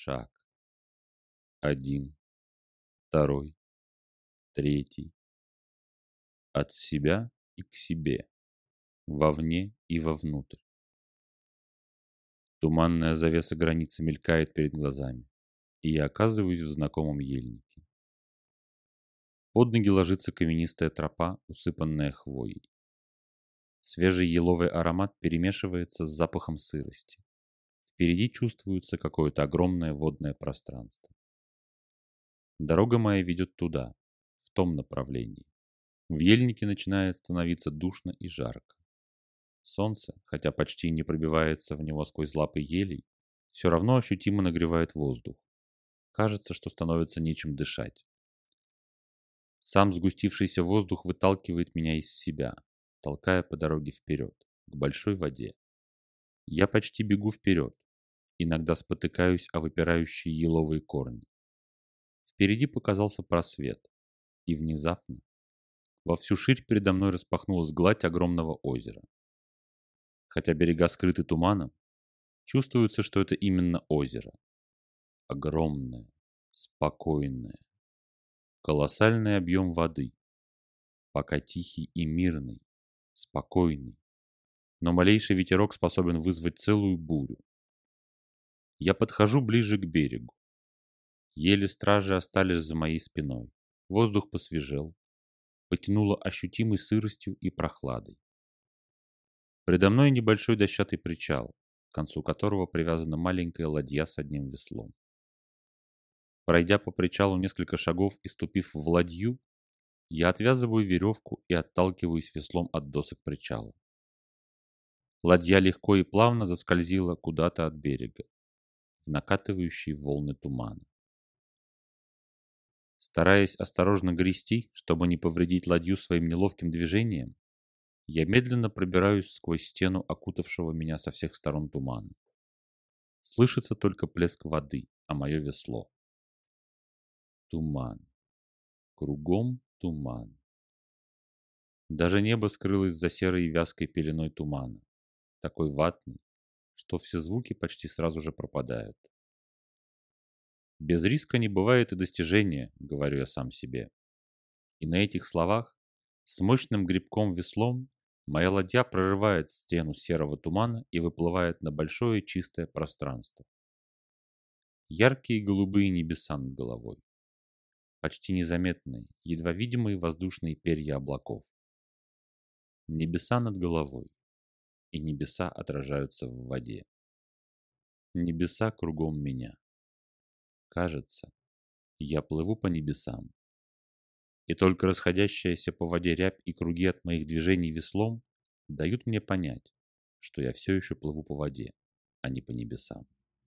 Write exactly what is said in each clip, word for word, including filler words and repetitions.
Шаг. Один, второй, третий. От себя и к себе, вовне и вовнутрь. Туманная завеса границы мелькает перед глазами, и я оказываюсь в знакомом ельнике. Под ноги ложится каменистая тропа, усыпанная хвоей. Свежий еловый аромат перемешивается с запахом сырости. Впереди чувствуется какое-то огромное водное пространство. Дорога моя ведет туда, в том направлении. В ельнике начинает становиться душно и жарко. Солнце, хотя почти не пробивается в него сквозь лапы елей, все равно ощутимо нагревает воздух. Кажется, что становится нечем дышать. Сам сгустившийся воздух выталкивает меня из себя, толкая по дороге вперед, к большой воде. Я почти бегу вперед, иногда спотыкаюсь о выпирающие еловые корни. Впереди показался просвет, и внезапно во всю ширь передо мной распахнулась гладь огромного озера. Хотя берега скрыты туманом, чувствуется, что это именно озеро. Огромное, спокойное, колоссальный объем воды, пока тихий и мирный, спокойный, но малейший ветерок способен вызвать целую бурю. Я подхожу ближе к берегу. Еле стражи остались за моей спиной. Воздух посвежел, потянуло ощутимой сыростью и прохладой. Предо мной небольшой дощатый причал, к концу которого привязана маленькая ладья с одним веслом. Пройдя по причалу несколько шагов и ступив в ладью, я отвязываю веревку и отталкиваюсь веслом от досок причала. Ладья легко и плавно заскользила куда-то от берега, в накатывающие волны тумана. Стараясь осторожно грести, чтобы не повредить ладью своим неловким движением, я медленно пробираюсь сквозь стену окутавшего меня со всех сторон тумана. Слышится только плеск воды, а мое весло. Туман. Кругом туман. Даже небо скрылось за серой и вязкой пеленой тумана, такой ватный, что все звуки почти сразу же пропадают. Без риска не бывает и достижения, говорю я сам себе. И на этих словах, с мощным грибком-веслом, моя ладья прорывает стену серого тумана и выплывает на большое чистое пространство. Яркие голубые небеса над головой. Почти незаметные, едва видимые воздушные перья облаков. Небеса над головой. И небеса отражаются в воде. Небеса кругом меня. Кажется, я плыву по небесам. И только расходящаяся по воде рябь и круги от моих движений веслом дают мне понять, что я все еще плыву по воде, а не по небесам.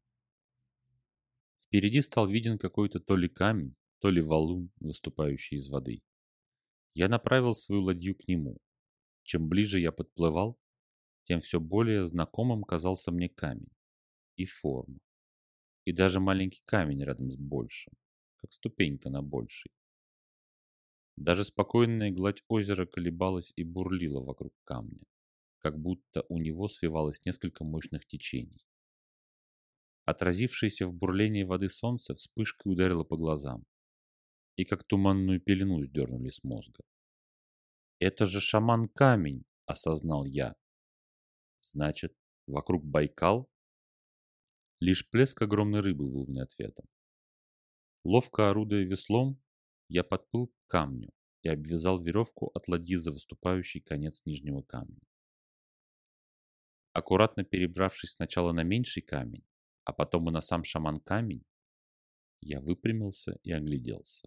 Впереди стал виден какой-то то ли камень, то ли валун, выступающий из воды. Я направил свою ладью к нему. Чем ближе я подплывал, тем все более знакомым казался мне камень и форма, и даже маленький камень рядом с большим, как ступенька на большей. Даже спокойная гладь озера колебалась и бурлила вокруг камня, как будто у него свивалось несколько мощных течений. Отразившееся в бурлении воды солнце вспышкой ударило по глазам, и как туманную пелену сдернули с мозга. «Это же шаман-камень!» — осознал я. «Значит, вокруг Байкал?» Лишь плеск огромной рыбы был мне ответом. Ловко орудуя веслом, я подплыл к камню и обвязал веревку от ладьи за выступающий конец нижнего камня. Аккуратно перебравшись сначала на меньший камень, а потом и на сам шаман-камень, я выпрямился и огляделся.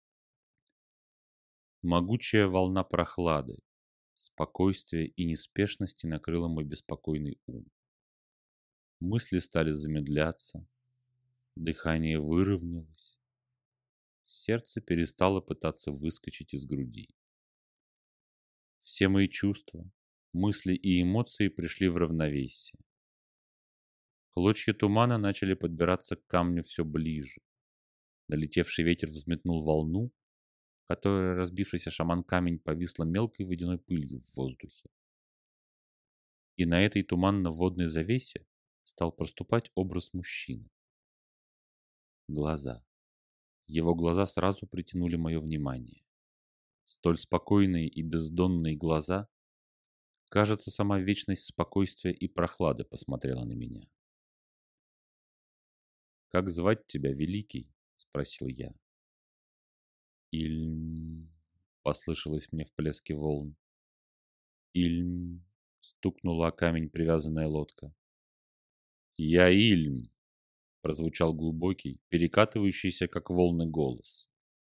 Могучая волна прохлады, спокойствия и неспешности накрыла мой беспокойный ум. Мысли стали замедляться, дыхание выровнялось, сердце перестало пытаться выскочить из груди. Все мои чувства, мысли и эмоции пришли в равновесие. Клочья тумана начали подбираться к камню все ближе. Налетевший ветер взметнул волну, в которой разбившийся шаман-камень повисла мелкой водяной пылью в воздухе. И на этой туманно-водной завесе стал проступать образ мужчины. глаза. Его глаза сразу притянули мое внимание. Столь спокойные и бездонные глаза, кажется, сама вечность спокойствия и прохлады посмотрела на меня. «Как звать тебя, Великий?» — спросил я. «Ильм», — послышалось мне в плеске волн. «Ильм», — стукнула о камень привязанная лодка. «Я Ильм», — прозвучал глубокий, перекатывающийся, как волны, голос.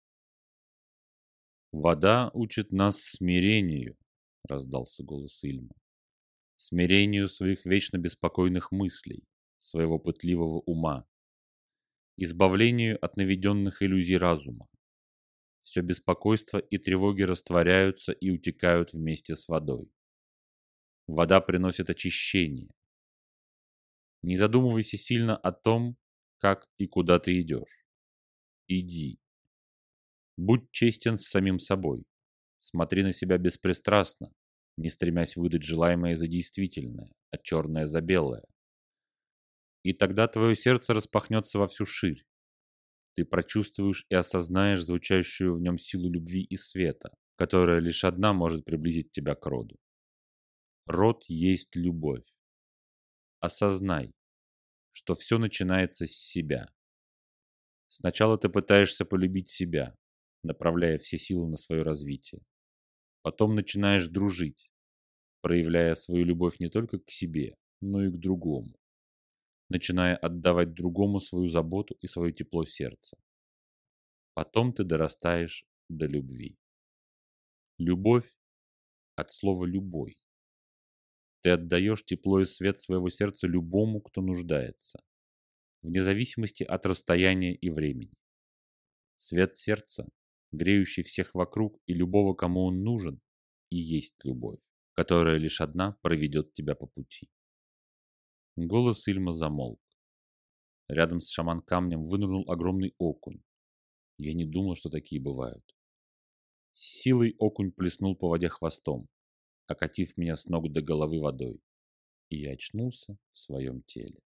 «Вода учит нас смирению», — раздался голос Ильма. «Смирению своих вечно беспокойных мыслей, своего пытливого ума, избавлению от наведенных иллюзий разума. Все беспокойство и тревоги растворяются и утекают вместе с водой. Вода приносит очищение. Не задумывайся сильно о том, как и куда ты идешь. Иди. Будь честен с самим собой. Смотри на себя беспристрастно, не стремясь выдать желаемое за действительное, а черное за белое. И тогда твое сердце распахнется во всю ширь. Ты прочувствуешь и осознаешь звучащую в нем силу любви и света, которая лишь одна может приблизить тебя к роду. Род есть любовь. Осознай, что все начинается с себя. Сначала ты пытаешься полюбить себя, направляя все силы на свое развитие. Потом начинаешь дружить, проявляя свою любовь не только к себе, но и к другому, начиная отдавать другому свою заботу и свое тепло сердца. Потом ты дорастаешь до любви. Любовь от слова «любой». Ты отдаешь тепло и свет своего сердца любому, кто нуждается, вне зависимости от расстояния и времени. Свет сердца, греющий всех вокруг и любого, кому он нужен, и есть любовь, которая лишь одна проведет тебя по пути. Голос Ильма замолк. Рядом с шаман-камнем вынырнул огромный окунь. Я не думал, что такие бывают. С силой окунь плеснул по воде хвостом, окатив меня с ног до головы водой, и я очнулся в своем теле.